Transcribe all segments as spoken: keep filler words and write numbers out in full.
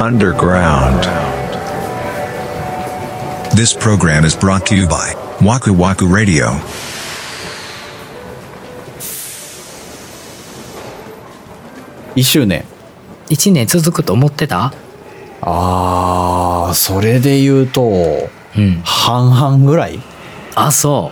underground. This program is brought to you by Waku Waku Radio. いっしゅうねん。 いちねん続くと思ってた？ あー、それで言うと、 うん、 半々ぐらい。 あ、そう。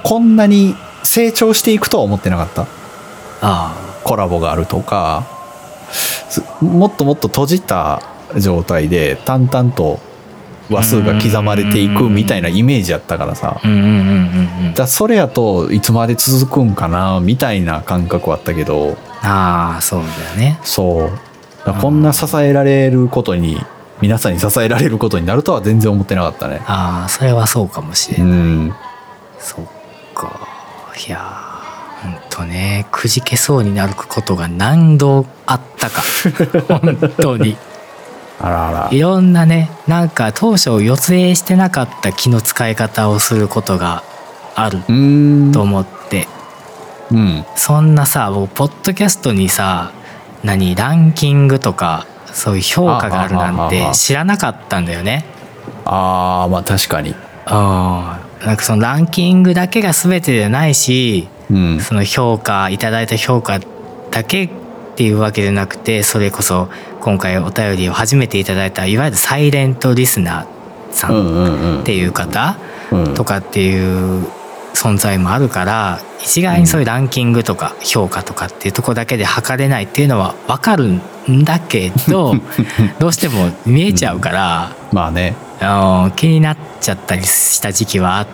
こんなに成長していくとは思ってなかった。 ああ、 コラボがあるとか、もっともっと閉じた状態で淡々と話数が刻まれていくみたいなイメージやったからさ。 うんうんうんうんうん。 じゃあそれやといつまで続くんかなみたいな感覚はあったけど。 ああ、そうだよね。 そう。こんな支えられることに、皆さんに支えられることになるとは全然思ってなかったね。 ああ、それはそうかもしれない。 うん。 そっか。いやー、ほんとね、くじけそうになることが何度あったか。本当に。 あらあら。 いろんなね、なんか当初予定してなかった気の使い方をすることがあると思って。 うん。 そんなさ、僕ポッドキャストにさ、何ランキングとかそういう評価があるなんて知らなかったんだよね。 ああ、まあ確かに。 ああ、なんかそのランキングだけが全てじゃないし、 うん、 その評価いただいた評価だけっていうわけじゃなくて、それこそ今回お便りを初めていただいたいわゆるサイレントリスナーさんっていう方とかっていう存在もあるから、一概にそういうランキングとか評価とかっていうところだけで測れないっていうのは分かるんだけどどうしても見えちゃうから、 うん、まあね、 気になっちゃったりした時期はあって、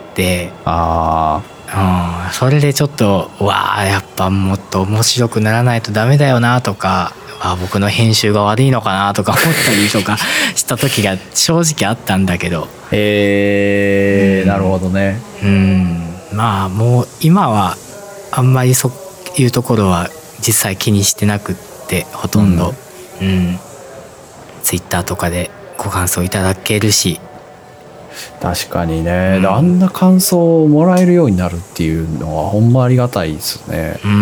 ああ、それでちょっとわあ、やっぱもっと面白くならないとダメだよなとか、あ、僕の編集が悪いのかなとか思ったりとかした時が正直あったんだけど、 えー、うん、なるほどね。 うん、まあもう今はあんまりそういうところは実際気にしてなくって、ほとんど、うんうん、ツイッターとかでご感想いただけるし。 確かにね、 うん、 あんな感想をもらえるようになるっていうのはほんまありがたいですね。 うん、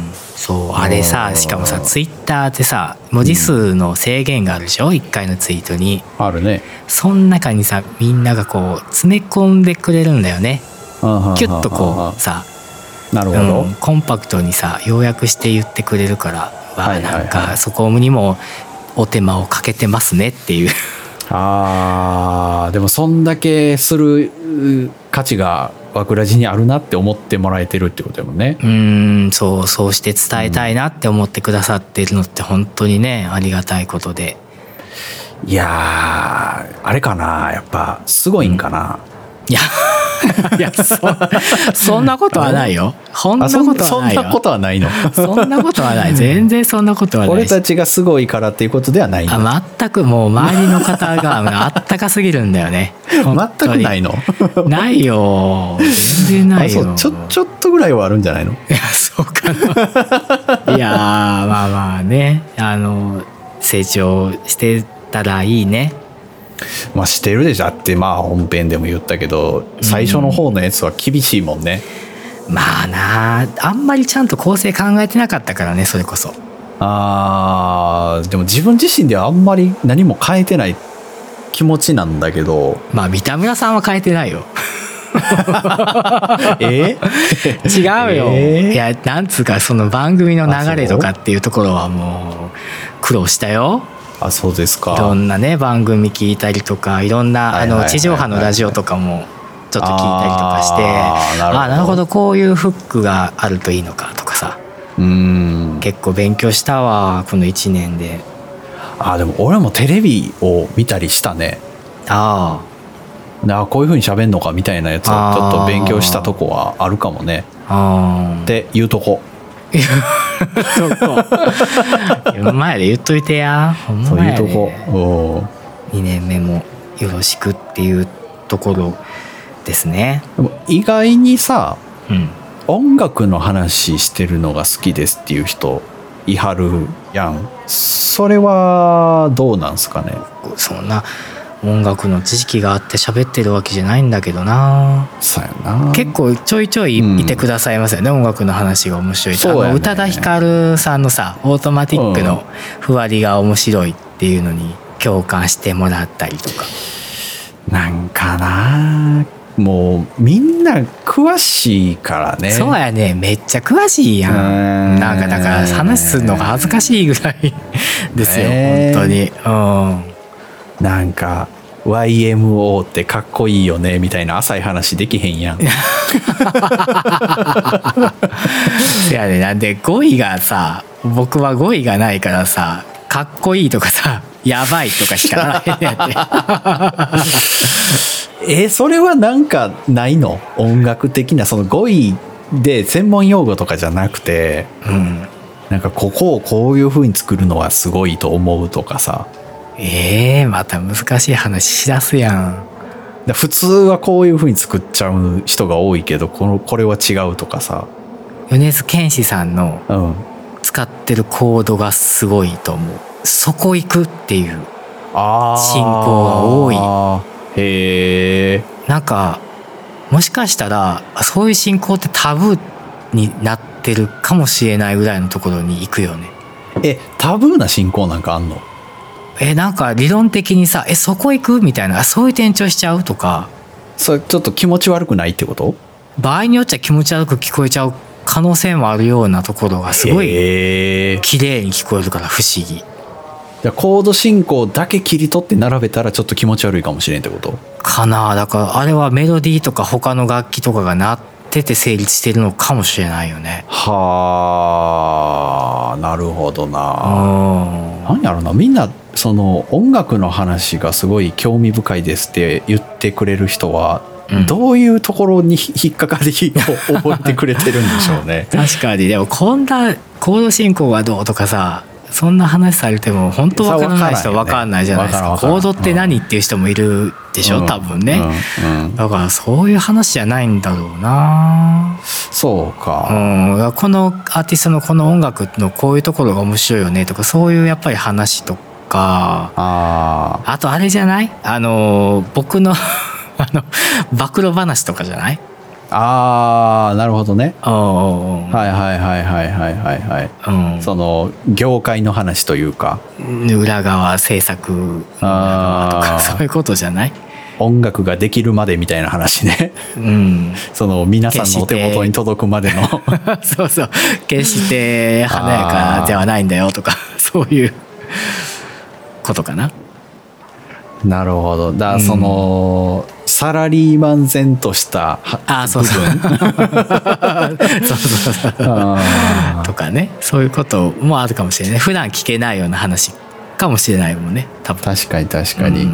そう、あれさ、しかもさ、ツイッターってさ、文字数の制限があるでしょ、うん、いっかいのツイートに。 あるね。 その中にさ、みんながこう詰め込んでくれるんだよね。キュッとこうさ、 なるほど、 うん、コンパクトにさ要約して言ってくれるから、わあ、なんかそこにもお手間をかけてますねっていう。 あー、でもそんだけする価値がわくらじにあるなって思ってもらえてるってことだもんね。 うーん、そうそうして伝えたいなって思ってくださってるのって本当にね、ありがたいことで。 いやー、あれかな、やっぱすごいんかな、 うん、いやいや、そ, そんなことはないよ。そんなことはないよ。 そんなことはないの。 そんなことはない。全然そんなことはない。 俺たちがすごいからっていうことではないの。 あ、全くもう周りの方があったかすぎるんだよね。 全くないの。 ないよ。全然ないよ。 あ、そう、ちょちょっとぐらいはあるんじゃないの。いや、そうかな。いや、まあまあね、あの成長してたらいいね。 まあしてるでしょ。あって、まあ本編でも言ったけど、最初の方のやつは厳しいもんね。 うん、まあな、あんまりちゃんと構成考えてなかったからね、それこそ。 あー、でも自分自身ではあんまり何も変えてない気持ちなんだけど。 まあ三田村さんは変えてないよ。 え違うよ、えー、いや、なんつうか、その番組の流れとかっていうところはもう苦労したよ。 あ、そうですか。 いろんなね番組聞いたりとか、いろんなあの地上波のラジオとかもちょっと聞いたりとかして、ああ、なるほど、こういうフックがあるといいのかとかさ、 うーん、 結構勉強したわ、このいちねんで。 あ、でも俺もテレビを見たりしたね。ああ、こういう風に喋んのかみたいなやつをちょっと勉強したとこはあるかもね。あっていうとこ。 前で言っといてや、ほんまやで。 そういうとこ。 にねんめもよろしくっていうところですね。 でも意外にさ、 うん、 音楽の話してるのが好きですっていう人いはるやん。それはどうなんすかね。 そんな音楽の知識があって喋ってるわけじゃないんだけどな。 そうやな。 結構ちょいちょいいてくださいますよね、うん、音楽の話が面白い。 そうやね、 あの宇多田ヒカルさんのさ、オートマティックのふわりが面白いっていうのに共感してもらったりとか。 なんかな、もうみんな詳しいからね。 そうやね、めっちゃ詳しいやん。んなんかだから話するのが恥ずかしいぐらいですよ、本当に。うん。 なんか ワイエムオー ってかっこいいよねみたいな浅い話できへんやん。 せやね、なんで語彙がさ、僕は語彙がないからさ、かっこいいとかさ、やばいとかしかならへんやって。 え、それはなんかないの？音楽的なその語彙で専門用語とかじゃなくて、うん、なんかここをこういう風に作るのはすごいと思うとかさ。 えー、また難しい話しだすやん。 普通はこういう風に作っちゃう人が多いけど、このこれは違うとかさ。 米津玄師さんの使ってるコードがすごいと思う。そこ行くっていう進行が多い。 へえ。 なんかもしかしたらそういう進行ってタブーになってるかもしれないぐらいのところに行くよね。 え、タブーな進行なんかあんの？ え、なんか理論的にさ、え、そこ行くみたいな、そういう転調しちゃうとか。 それちょっと気持ち悪くないってこと？ 場合によっちゃ気持ち悪く聞こえちゃう可能性もあるようなところがすごい綺麗に聞こえるから不思議。 コード進行だけ切り取って並べたらちょっと気持ち悪いかもしれんってことかな。だからあれはメロディーとか他の楽器とかが鳴ってて成立してるのかもしれないよね。 はあ、なるほどな。何やろな、みんなその音楽の話がすごい興味深いですって言ってくれる人は、うん、どういうところに引っかかりを覚えてくれてるんでしょうね。 確かに。でもこんなコード進行がどうとかさ、そんな話されても本当分からない人は分かんないじゃないですか。コードって何っていう人もいるでしょ、うん、多分ね、うんうん、だからそういう話じゃないんだろうな。 そうか、 うん、このアーティストのこの音楽のこういうところが面白いよねとか、そういうやっぱり話とか、あ, あとあれじゃない、あの僕のあの暴露話とかじゃない？ ああ、なるほどね。 はいはいはいはいはいはいはい、うん、その業界の話というか、 裏側制作の裏側とか、そういうことじゃない？ 音楽ができるまでみたいな話ね、うん、その皆さんのお手元に届くまでのそうそう、決して華やかではないんだよとか、そういうことかな。 なるほど。だからその、うん、サラリーマン然としたあそうそうそうそうそうとかね、そういうこともあるかもしれない。普段聞けないような話かもしれないもんね、多分。 確かに確かに。うん、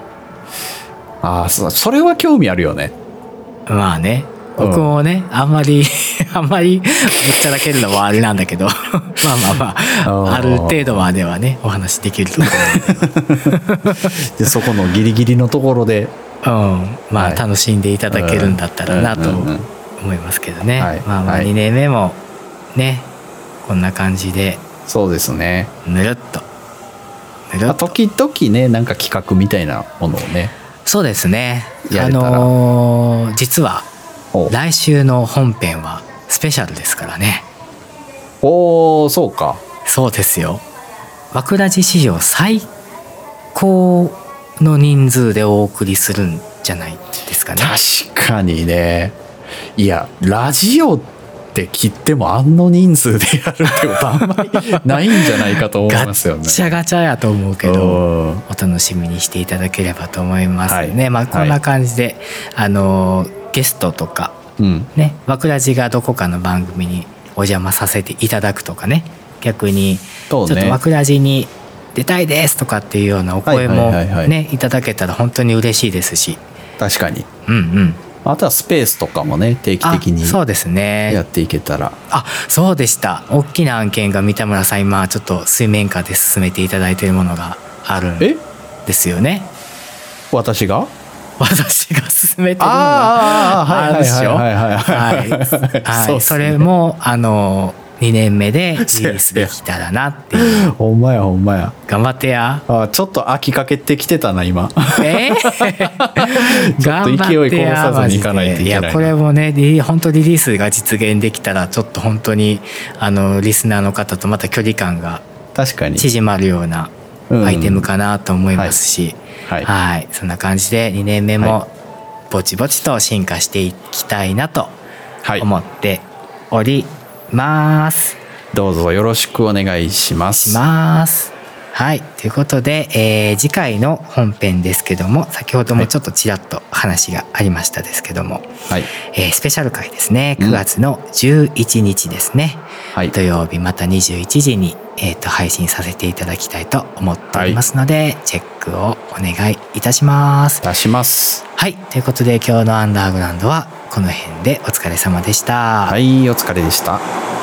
ああ、そそれは興味あるよね。 まあね、僕もね、うん、あんまりあんまりぶっちゃらけるのはあれなんだけどまあまあまあある程度まではねお話できると思うでそこのギリギリのところで、 うん、まあ楽しんでいただけるんだったらなと思いますけどね、はい、まあまあにねんめもねこんな感じで、 そうですね、 ぬるっとぬるっと時々ね、なんか企画みたいなものをね、 そうですね、あのー、実は来週の本編はスペシャルですからね。 おー、そうか。 そうですよ。わくらじ史上最高の人数でお送りするんじゃないですかね。 確かにね。いや、ラジオって切ってもあんの人数でやるってことあんまりないんじゃないかと思いますよね。 ガチャガチャやと思うけど、お楽しみにしていただければと思いますね、はい、まあこんな感じで、はい、あのゲストとか、うんね、わくらじがどこかの番組にお邪魔させていただくとかね、逆にちょっとわくらじに出たいですとかっていうようなお声もねいただけたら本当に嬉しいですし。 確かに。 うんうん。 あとはスペースとかもね定期的にそうですねやっていけたら。 あ、そうでした。大きな案件が三田村さん今ちょっと水面下で進めていただいているものがあるんですよね。 私が私が進めてるのがあるでしょ。はい。それもあのにねんめでリリースできたらなっていう。 ほんまやほんまや。 頑張ってや。 あ、ちょっと飽きかけてきてたな今。 えー、 ちょっと勢いこぼさずにいかないといけない。 いやこれもね本当リリースが実現できたらちょっと本当にあのリスナーの方とまた距離感が確かに縮まるようなアイテムかなと思いますし、 うんはいはい、そんな感じでにねんめもぼちぼちと進化していきたいなと思っております、はい、 どうぞよろしくお願いしますしますはい、ということで、えー、次回の本編ですけども、先ほどもちょっとちらっと話がありましたですけども、はいえー、スペシャル回ですね、くがつのじゅういちにちですね、うん、土曜日またにじゅういちじに、えー、と配信させていただきたいと思っておりますので、はい、チェックをお願いいたします。 いたします。 はい、ということで今日のアンダーグラウンドはこの辺でお疲れ様でした。 はい、お疲れでした。